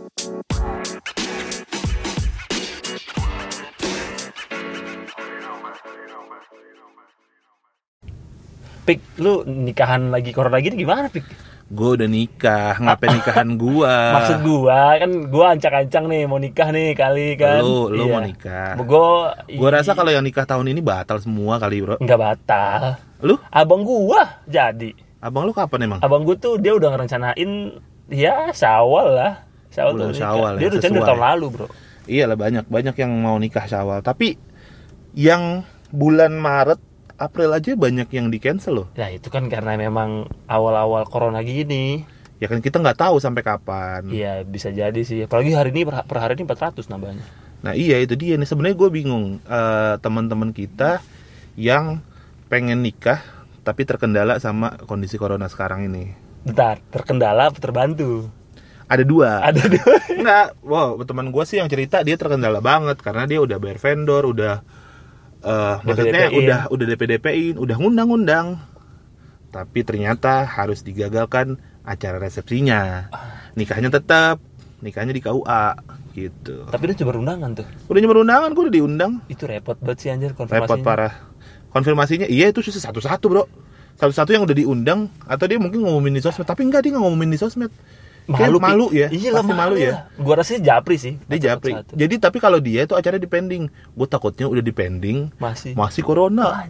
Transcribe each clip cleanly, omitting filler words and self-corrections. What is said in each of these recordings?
Pik, lu nikahan lagi corona gini gimana, Pik? Gue udah nikah, ngapain nikahan gua? Maksud gua kan gua ancang-ancang nih mau nikah nih kali kan. Lu Iya. mau nikah. Gua Rasa kalau yang nikah tahun ini batal semua kali, Bro. nggak batal. Lu? Abang gua jadi. Abang lu kapan emang? Abang gua tuh dia udah ngerencanain ya Syawal lah. Syawal Bulan tuh nikah. Syawal ya, Dia udah rencanain sesuai. tahun lalu, Bro. Iyalah banyak yang mau nikah Syawal. Tapi yang bulan Maret, April aja banyak yang di cancel loh. Ya itu kan karena memang awal-awal corona gini. Ya kan kita nggak tahu sampai kapan. Iya bisa jadi sih. Apalagi hari ini per hari ini 400 nambahnya. Nah iya itu dia nih, sebenarnya gue bingung. Teman-teman kita yang pengen nikah tapi terkendala sama kondisi corona sekarang ini. Bentar, terkendala apa terbantu? Ada dua. Ada dua. Enggak, wow, teman gue sih yang cerita dia terkendala banget karena dia udah bayar vendor, udah maksudnya DP-DP-in. udah DP-DP-in, udah ngundang-ngundang. Tapi ternyata harus digagalkan acara resepsinya. Nikahnya tetap, nikahnya di KUA gitu. Tapi dia coba undangan tuh. Udah nyebar undangan, gue udah diundang. Itu repot banget sih anjir konfirmasinya. Repot parah. Konfirmasinya, iya itu susah satu-satu, Bro. Satu-satu yang udah diundang, atau dia mungkin ngumumin di sosmed. Tapi enggak, dia nggak ngumumin di sosmed. Kayak malu ya. Iya lah, Pasti malu ya. Gua rasa japri sih. Dia japri. Jadi tapi kalau dia itu acaranya di pending. Gue takutnya udah di pending masih corona.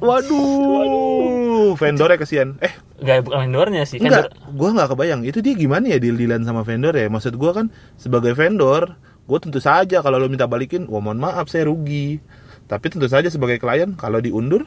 Waduh. Vendornya kesian. Enggak, bukan vendornya sih. Enggak, gue nggak kebayang. Itu dia gimana ya deal-dealan sama vendor ya. Maksud gue kan sebagai vendor, gue tentu saja kalau lo minta balikin, wah mohon maaf saya rugi. Tapi tentu saja sebagai klien, kalau diundur,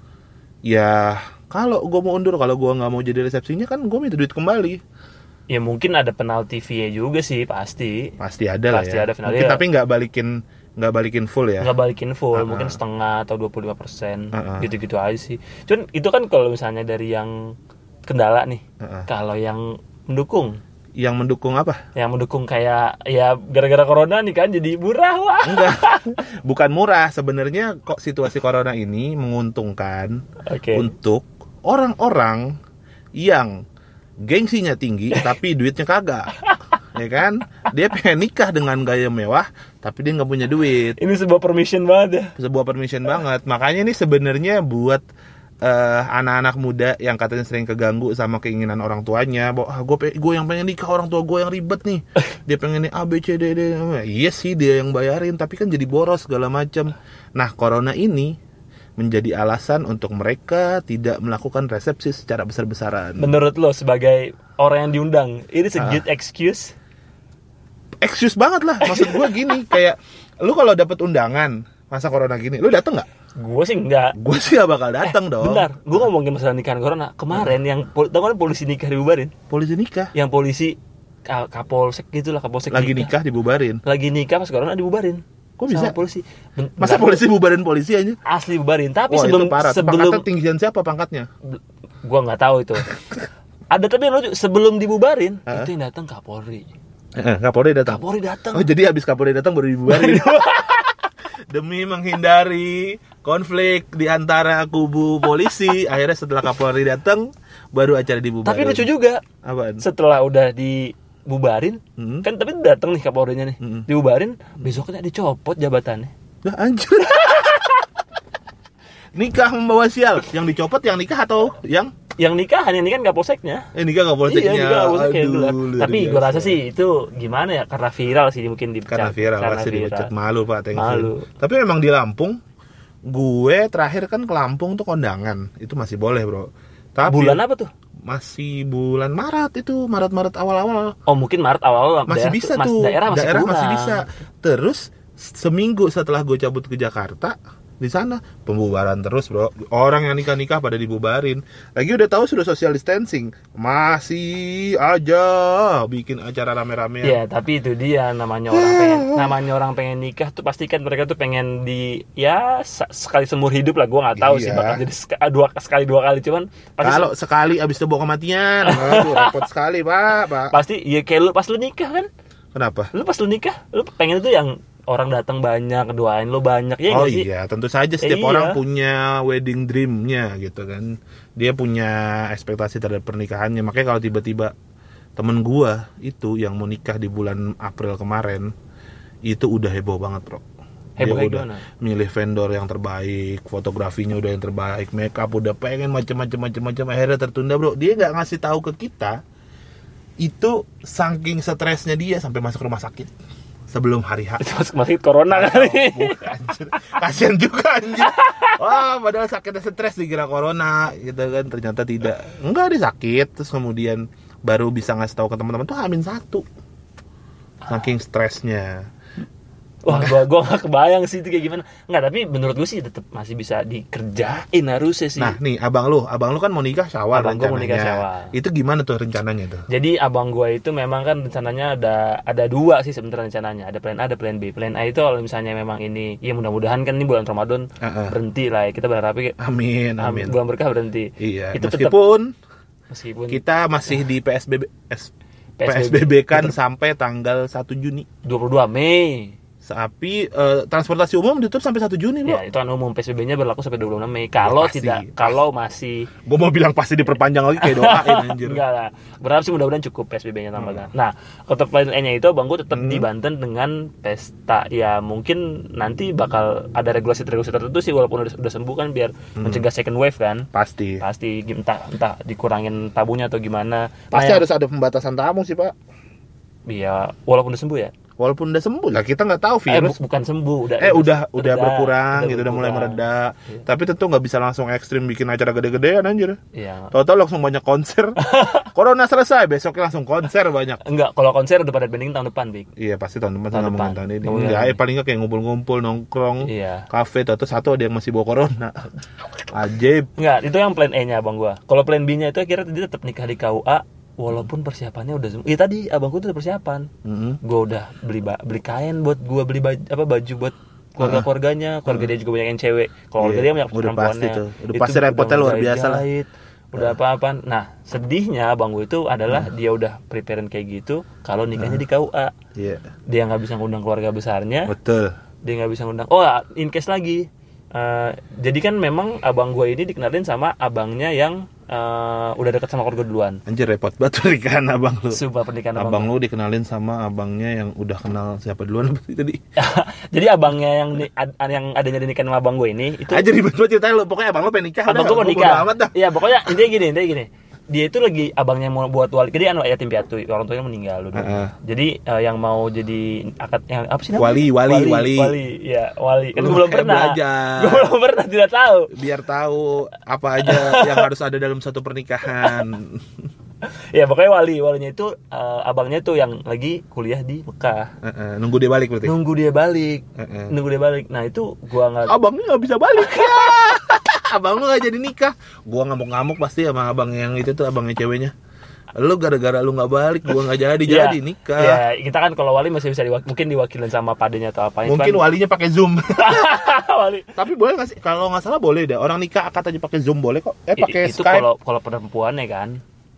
ya kalau gue mau undur, kalau gue nggak mau jadi resepsinya kan gue minta duit kembali. Ya mungkin ada penalti fee juga sih pasti. Pasti ada lah Pasti ya. ada penalti. Mungkin tapi nggak balikin full ya. Nggak balikin full, mungkin setengah atau 25%. Gitu-gitu aja sih. Cuman itu kan kalau misalnya dari yang kendala nih. Kalau yang mendukung. Yang mendukung apa? Yang mendukung kayak ya gara-gara corona nih kan jadi murah wah. Enggak. Bukan murah, sebenarnya kok situasi corona ini menguntungkan untuk orang-orang yang gengsinya tinggi tapi duitnya kagak. Ya kan? Dia pengen nikah dengan gaya mewah tapi dia nggak punya duit. Ini sebuah permission banget ya. Sebuah permission banget. Makanya ini sebenarnya buat anak-anak muda yang katanya sering keganggu sama keinginan orang tuanya, bahwa gue yang pengen nikah, orang tua gue yang ribet nih. Dia pengen A B C D D. Iya sih dia yang bayarin tapi kan jadi boros segala macam. Nah, corona ini menjadi alasan untuk mereka tidak melakukan resepsi secara besar-besaran. Menurut lo sebagai orang yang diundang, ini good excuse? Excuse banget lah. Maksud gue gini, kayak lu kalau dapet undangan masa corona gini, lu dateng nggak? Gue sih enggak. Gue sih gak bakal dateng dong. Bentar, gue ngomongin masalah nikahan corona. Kemarin yang tau kan polisi nikah dibubarin? Polisi nikah? Yang polisi kapolsek gitulah, kapolsek lagi nikah dibubarin. Lagi nikah pas corona dibubarin. Kok bisa? Sama polisi. Masa polisi bubarin polisi aja? Asli bubarin. Tapi wah, sebelum pangkatnya tinggian siapa pangkatnya? Gua nggak tahu itu. Ada tapi yang lucu, sebelum dibubarin itu yang datang Kapolri. Kapolri datang. Oh, jadi habis Kapolri datang baru dibubarin. Demi menghindari konflik di antara kubu polisi, akhirnya setelah Kapolri datang baru acara dibubarin. Tapi lucu juga. Apaan? Setelah udah dibubarin, kan tapi datang nih Kapolrinya nih. Dibubarin, besoknya dicopot jabatannya. Lah anjir. Nikah membawa sial. Yang dicopot yang nikah atau yang nikahan, yang nikah Kapolseknya. Nikah Kapolseknya. Iya, nikah Kapolseknya. Tapi gue rasa sih itu gimana ya, karena viral sih mungkin karena viral pasti dipecat. Malu Pak, malu. Tapi memang di Lampung, gue terakhir kan ke Lampung tuh kondangan, itu masih boleh bro. Tapi bulan apa tuh? Masih bulan Maret itu, Maret awal-awal. Oh mungkin Maret awal-awal masih bisa tuh. Daerah masih bisa. Terus seminggu setelah gue cabut ke Jakarta, di sana pembubaran terus bro. Orang yang nikah pada dibubarin. Lagi udah tahu sudah social distancing, masih aja bikin acara rame-rame. Ya tapi itu dia namanya orang pengen nikah tuh pasti kan mereka tuh pengen sekali seumur hidup lah. Gue nggak tahu sih bakal jadi dua kali cuman kalau sekali abis itu bawa kematian. Aduh, repot sekali pak. Pasti ya kayak lu pas lu nikah kan. Kenapa? Lu pas lu nikah lu pengen itu yang orang datang banyak, doain lo banyak ya. Oh sih? Iya, tentu saja setiap orang punya wedding dream-nya gitu kan. Dia punya ekspektasi terhadap pernikahannya. Makanya kalau tiba-tiba Temen gua itu yang mau nikah di bulan April kemarin itu udah heboh banget, bro. Dia Heboh udah gimana? milih vendor yang terbaik, fotografinya udah yang terbaik, makeup udah pengen macam-macam, akhirnya tertunda, bro. Dia nggak ngasih tahu ke kita. Itu saking stresnya dia sampai masuk rumah sakit sebelum hari H. Itu masih corona kali. Anjir. Kasian juga anjir. Wah, padahal sakitnya stres dikira corona gitu kan, ternyata tidak. Enggak, dia sakit, terus kemudian baru bisa ngasih tahu ke teman-teman tuh H-1. Saking stresnya. Wah, gua gak kebayang sih itu kayak gimana. Enggak, tapi menurut gue sih tetap masih bisa dikerjain harusnya sih. Nah, nih abang lu kan mau nikah Syawal Abang gua mau nikah rencananya. Syawal. Itu gimana tuh rencananya tuh? Jadi abang gua itu memang kan rencananya ada dua sih sebenarnya rencananya. Ada plan A, ada plan B. Plan A itu kalau misalnya memang ini, ya mudah-mudahan kan ini bulan Ramadan berhenti lah ya. Kita berharap Amin. bulan berkah berhenti. Iya, Itu meskipun kita kita masih di PSBB kan sampai tanggal 1 Juni. 22 Mei. Tapi transportasi umum ditutup sampai 1 Juni, bro. Ya, itu kan umum PSBB-nya berlaku sampai 26 Mei. Kalau pasti. kalau masih Gue mau bilang pasti diperpanjang lagi kayak doain anjir. enggak lah. Berharap sih mudah-mudahan cukup PSBB-nya tambahnya. Nah, untuk plan E-nya itu Bang gue tetap di Banten dengan pesta. Ya, mungkin nanti bakal ada regulasi-regulasi tertentu sih walaupun udah sembuh kan biar mencegah second wave kan. Pasti Entah dikurangin tabunya atau gimana. pasti Nah, harus ada pembatasan tamu sih, Pak. iya, walaupun udah sembuh ya. Walaupun udah sembuh lah, kita nggak tahu virus. Bukan sembuh, udah reda, berkurang gitu, udah mulai mereda. Iya. Tapi tentu nggak bisa langsung ekstrim bikin acara gede-gedean anjir. Iya. Total langsung banyak konser. Corona selesai, besoknya langsung konser banyak. Enggak, kalau konser udah pada bandingin tahun depan, Bik. Iya, pasti tahun depan Tahun nggak depan. mau tahun ini. Kemudian- Enggak, paling nggak kayak ngumpul-ngumpul, nongkrong, Iya. kafe, satu ada yang masih bawa corona. Ajaib. Enggak, itu yang plan E-nya abang gua. Kalau plan B-nya itu akhirnya dia tetap nikah di KUA walaupun persiapannya udah iya tadi abangku tuh udah persiapan. Gua udah beli kain buat gua beli baju buat keluarga-keluarganya, keluarga dia juga banyak yang cewek. Keluarga dia banyak Udah perempuannya. pasti tuh. Udah Itu pasti repotnya luar biasa lah. jahit, udah apa-apa. Nah, sedihnya abang gua itu adalah dia udah preparein kayak gitu kalau nikahnya di KUA. Iya. Dia nggak bisa ngundang keluarga besarnya. Betul. Dia nggak bisa ngundang. Oh, in case lagi. Jadi kan memang abang gue ini dikenalin sama abangnya yang udah deket sama keluarga duluan. Anjir repot banget pernikahan abang lu. Sumpah pernikahan Abang lu dikenalin sama abangnya yang udah kenal siapa duluan apa sih tadi? Jadi abangnya yang adanya di nikahan sama abang gue ini itu Aja ribet banget ceritanya lu. Pokoknya abang lu pengen nikah. abang udah, gue mau gua nikah. bodo amat dah. Iya, pokoknya intinya gini. Dia itu lagi abangnya mau buat wali. Jadi anak yatim piatu, orang tuanya meninggal dulu. Jadi yang mau jadi akad yang apa sih namanya? Wali. Iya, wali. Kan Lu gue belum kayak pernah. belajar. Gue belum pernah, tidak tahu. Biar tahu apa aja yang harus ada dalam satu pernikahan. Ya pokoknya walinya itu abangnya tuh yang lagi kuliah di Mekah. Nunggu dia balik berarti. Nunggu dia balik. Nah itu gua nggak. Abangnya nggak bisa balik ya. Abang lu nggak jadi nikah. Gua ngamuk-ngamuk pasti sama abang yang itu tuh, abangnya ceweknya. Lu gara-gara lu nggak balik, gua nggak jadi nikah. Ya kita kan kalau wali masih bisa mungkin diwakilin sama padenya atau apa. Mungkin walinya pakai Zoom. wali. Tapi boleh nggak sih? Kalau nggak salah boleh deh. Orang nikah akad aja pakai Zoom boleh kok. Pakai Itu Skype. kalau perempuannya kan.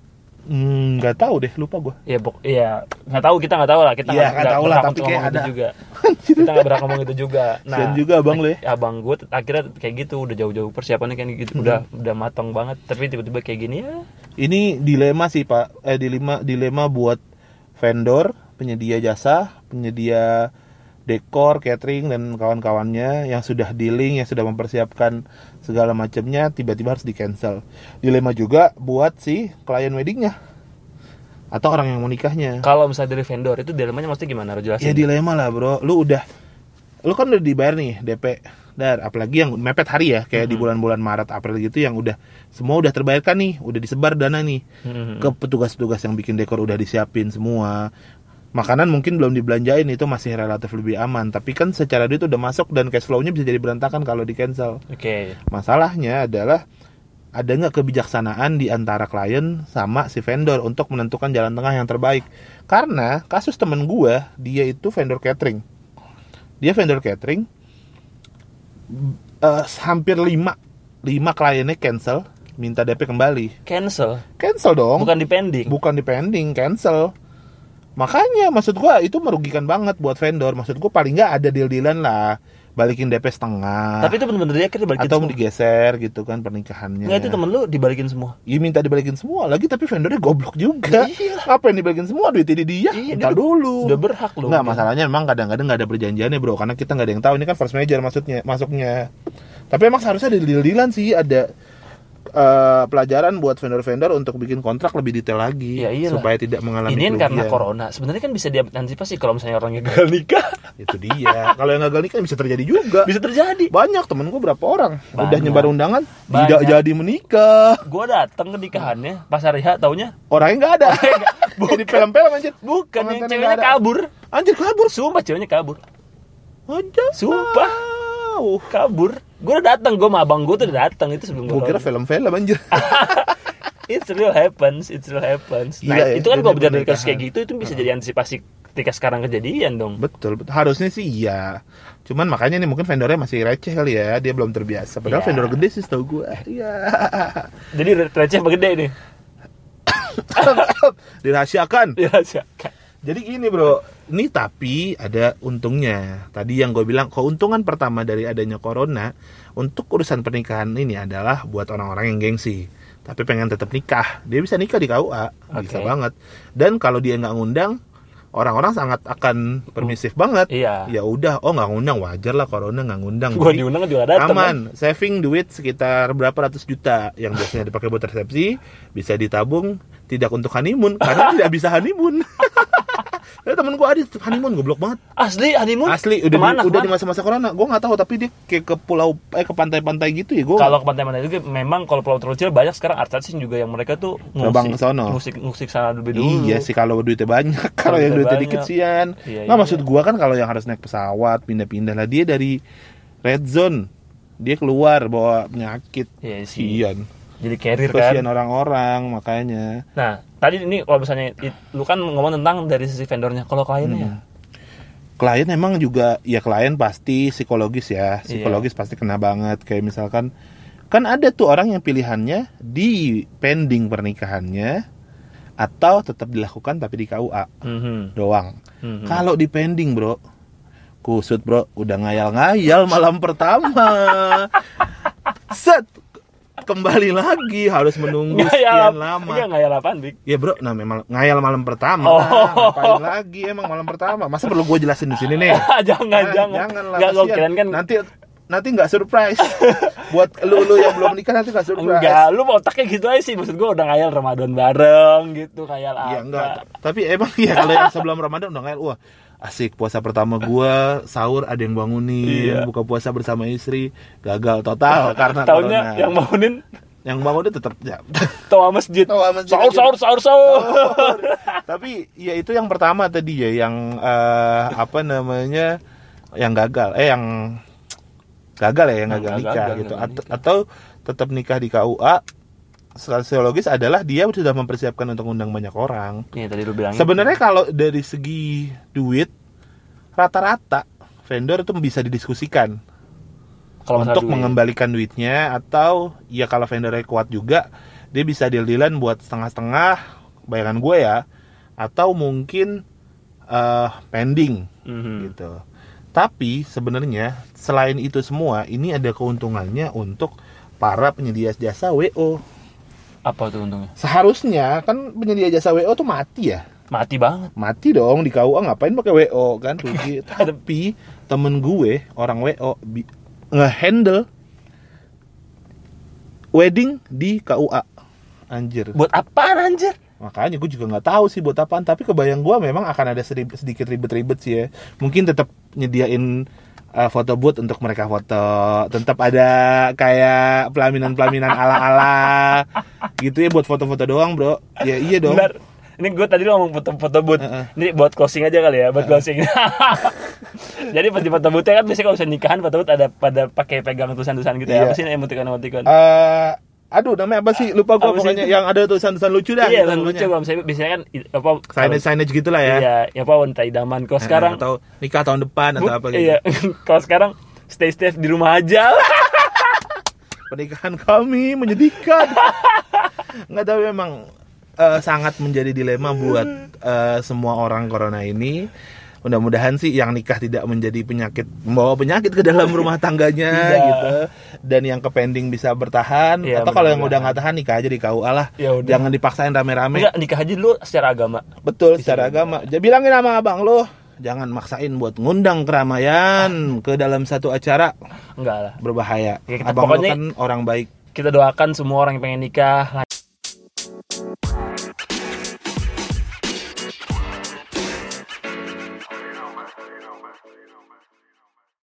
Nggak tahu deh, lupa gua. Iya nggak tahu, kita nggak tahu lah, kita Iya, nggak tahu lah, berhak tapi untuk kayak ngomong ada. itu juga. Kita nggak berhak ngomong itu juga. Kasian juga abang lu ya. Abang gue akhirnya kayak gitu, udah jauh-jauh persiapannya kayak gitu, udah matang banget, tapi tiba-tiba kayak gini ya. Ini dilema sih Pak, dilema buat vendor, penyedia jasa, penyedia dekor, catering dan kawan-kawannya yang sudah dealing, yang sudah mempersiapkan segala macamnya, tiba-tiba harus di cancel. Dilema juga buat si klien weddingnya atau orang yang mau nikahnya. Kalau misalnya dari vendor itu dilemanya maksudnya gimana? Harus jelasin. Ya dilema lah bro, lu kan udah dibayar nih DP. Dan apalagi yang mepet hari ya, kayak di bulan-bulan Maret, April gitu yang semua udah terbayarkan nih, udah disebar dana nih. Ke petugas-petugas yang bikin dekor udah disiapin semua. Makanan mungkin belum dibelanjain, itu masih relatif lebih aman, tapi kan secara duit udah masuk dan cash flow-nya bisa jadi berantakan kalau di cancel. Oke. Masalahnya adalah ada nggak kebijaksanaan di antara klien sama si vendor untuk menentukan jalan tengah yang terbaik. Karena kasus temen gue, dia itu vendor catering. Dia vendor catering, hampir 5 kliennya cancel, minta DP kembali. Cancel Dong. bukan depending. Cancel. Makanya maksud gue itu merugikan banget buat vendor. Maksud gue paling nggak ada deal-dealan lah balikin DP setengah. Tapi itu bener-bener dia akhirnya dibalikin atau semua. digeser gitu kan pernikahannya. Nggak, itu temen lu dibalikin semua. Iya minta dibalikin semua lagi, tapi vendornya goblok juga. Iya. Apa yang dibalikin semua, duitnya di dia? Iya, Minta dia dulu. Udah berhak lu. Nggak, masalahnya memang kadang-kadang nggak ada perjanjiannya bro, karena kita nggak ada yang tahu. Ini kan force major maksudnya masuknya. Tapi emang seharusnya ada deal-dealan sih, ada pelajaran buat vendor-vendor untuk bikin kontrak lebih detail lagi, Ya, iyalah. supaya tidak mengalami Ini kerugian. karena corona. Sebenarnya kan bisa diantisipasi kalau misalnya orangnya gagal nikah. Itu dia. Kalau yang gagal nikah bisa terjadi juga. Bisa terjadi. Banyak temen gue berapa orang udah Banyak. nyebar undangan Banyak. tidak jadi menikah. Gua datang ke nikahannya pas hari H, taunya Orangnya nggak ada. Di film-film anjir. bukan, yang Pengantinnya ceweknya nggak ada. kabur. Anjir kabur. Sumpah ceweknya kabur. Aja. Sumpah. Kabur. Gue udah datang, gue sama abang gue tuh udah datang itu sebelum Gue gua kira film-film anjir. It's real happens. Nah, Gila ya, itu kan kalau dunia berjalan kasus pernikahan. kayak gitu itu bisa jadi antisipasi ketika sekarang kejadian dong. Betul. Harusnya sih iya. Cuman makanya nih mungkin vendornya masih receh kali ya, dia belum terbiasa. Padahal Iya. vendor gede sih setahu gue. Iya. Jadi receh apa gede nih? Dirahasiakan. Ya, silakan. Jadi gini bro, ini tapi ada untungnya. Tadi yang gue bilang, keuntungan pertama dari adanya corona untuk urusan pernikahan ini adalah buat orang-orang yang gengsi, tapi pengen tetap nikah. Dia bisa nikah di KUA, bisa Oke. banget. Dan kalau dia nggak ngundang, orang-orang sangat akan permisif banget. Iya. Ya udah, oh nggak ngundang, wajar lah corona nggak ngundang. Gue Jadi, diundang juga datang. aman, saving duit sekitar berapa ratus juta yang biasanya dipakai buat resepsi bisa ditabung tidak untuk honeymoon karena tidak bisa honeymoon. Temen gue ada honeymoon goblok banget. Asli honeymoon? Asli udah Kemana, di, udah di kemana? masa-masa corona. Gue nggak tahu tapi dia kayak ke pulau ke pantai-pantai gitu ya. Gue Kalau ke pantai-pantai juga memang kalau pulau terkecil banyak sekarang artis juga yang mereka tuh Terbang ke sono. musik sana lebih dulu. iya sih kalau duitnya banyak. Kalau yang duitnya banyak. dikit sian. Iya, Nggak iya. maksud gue kan kalau yang harus naik pesawat pindah-pindah lah, dia dari red zone dia keluar bawa penyakit. Iya sih. Sian. Jadi carrier kan. Kasihan orang-orang makanya. Nah, tadi ini kalau misalnya lu kan ngomong tentang dari sisi vendornya, kalau kliennya Klien emang juga ya klien pasti psikologis ya. Iya. Psikologis pasti kena banget. Kayak misalkan kan ada tuh orang yang pilihannya di pending pernikahannya atau tetap dilakukan tapi di KUA doang. Kalau di pending bro, kusut bro, udah ngayal-ngayal malam pertama. Set kembali lagi harus menunggu sekian lama. Enggak ngayal apaan, Bik? Ya bro, nah memang ngayal malam pertama. Oh. Ngapain lagi emang malam pertama? Masa perlu gue jelasin di sini nih? jangan. Janganlah. Enggak, gue kasihan. kirain kan Nanti nggak surprise. Buat lu yang belum nikah nanti nggak surprise. enggak, lu otaknya gitu aja sih. Maksud gue udah ngayal Ramadan bareng gitu, ngayal apa. Iya enggak. Tapi emang ya kalau yang sebelum Ramadan udah ngayal, wah asik puasa pertama gua, sahur ada yang bangunin, Iya. buka puasa bersama istri, gagal total karena Tahunnya corona. yang bangunin yang bangunin tetap ya. toa masjid. Toa masjid. Sahur. Tapi ya itu yang pertama tadi ya, yang apa namanya, yang gagal, yang gagal ya, yang gagal nikah gitu. Atau tetap nikah di KUA. Sosiologis adalah dia sudah mempersiapkan untuk undang banyak orang. Iya, tadi lu bilang. Sebenarnya kalau dari segi duit, rata-rata vendor itu bisa didiskusikan kalau untuk mengembalikan duitnya, atau ya kalau vendornya kuat juga, dia bisa deal-dealan buat setengah-setengah, bayangan gue ya, atau mungkin pending gitu. Tapi sebenarnya selain itu semua, ini ada keuntungannya untuk para penyedia jasa WO. apa tuh untungnya? Seharusnya kan penyedia jasa WO tuh mati ya. Mati banget. Mati dong di KUA, ngapain pakai WO kan rugi. Tapi temen gue orang WO nge-handle wedding di KUA. Anjir. Buat apaan anjir? Makanya gue juga nggak tahu sih buat apaan, tapi kebayang gue memang akan ada sedikit ribet-ribet sih ya. Mungkin tetap nyediain foto booth untuk mereka foto, tetap ada kayak pelaminan ala-ala gitu ya, buat foto-foto doang bro. Ya iya dong. Benar. Ini gue tadi lo ngomong foto booth. Ini buat closing aja kali ya, buat closing. Jadi pas di foto boothnya kan biasanya kalau misalnya nikahan foto booth ada pada pakai pegang tulisan-tulisan gitu ya. Iya. Apa sih emoticon? Aduh namanya apa sih, lupa gue pokoknya yang ada tulisan-tulisan lucu dah. Iya, tulisan lucu. Kalau misalnya biasanya kan apa signage gitulah ya. Iya, ya apa wanita idaman. Kalau sekarang atau nikah tahun depan atau apa gitu. Iya, kalau sekarang stay di rumah aja. Pernikahan kami menyedihkan. Nggak tahu, memang sangat menjadi dilema buat semua orang corona ini. Mudah-mudahan sih yang nikah tidak menjadi membawa penyakit ke dalam rumah tangganya gitu. Dan yang ke pending bisa bertahan. Iya, Atau kalau yang udah mudah-mudahan. nggak tahan nikah aja di KUA lah. Ya udah. Jangan dipaksain rame-rame. Enggak, nikah aja dulu secara agama. Betul, secara agama. Bilangin sama abang lo, jangan maksain buat ngundang keramaian ke dalam satu acara. Enggak lah. Berbahaya. Ya, Abang lo pokoknya kan orang baik. kita doakan semua orang yang pengen nikah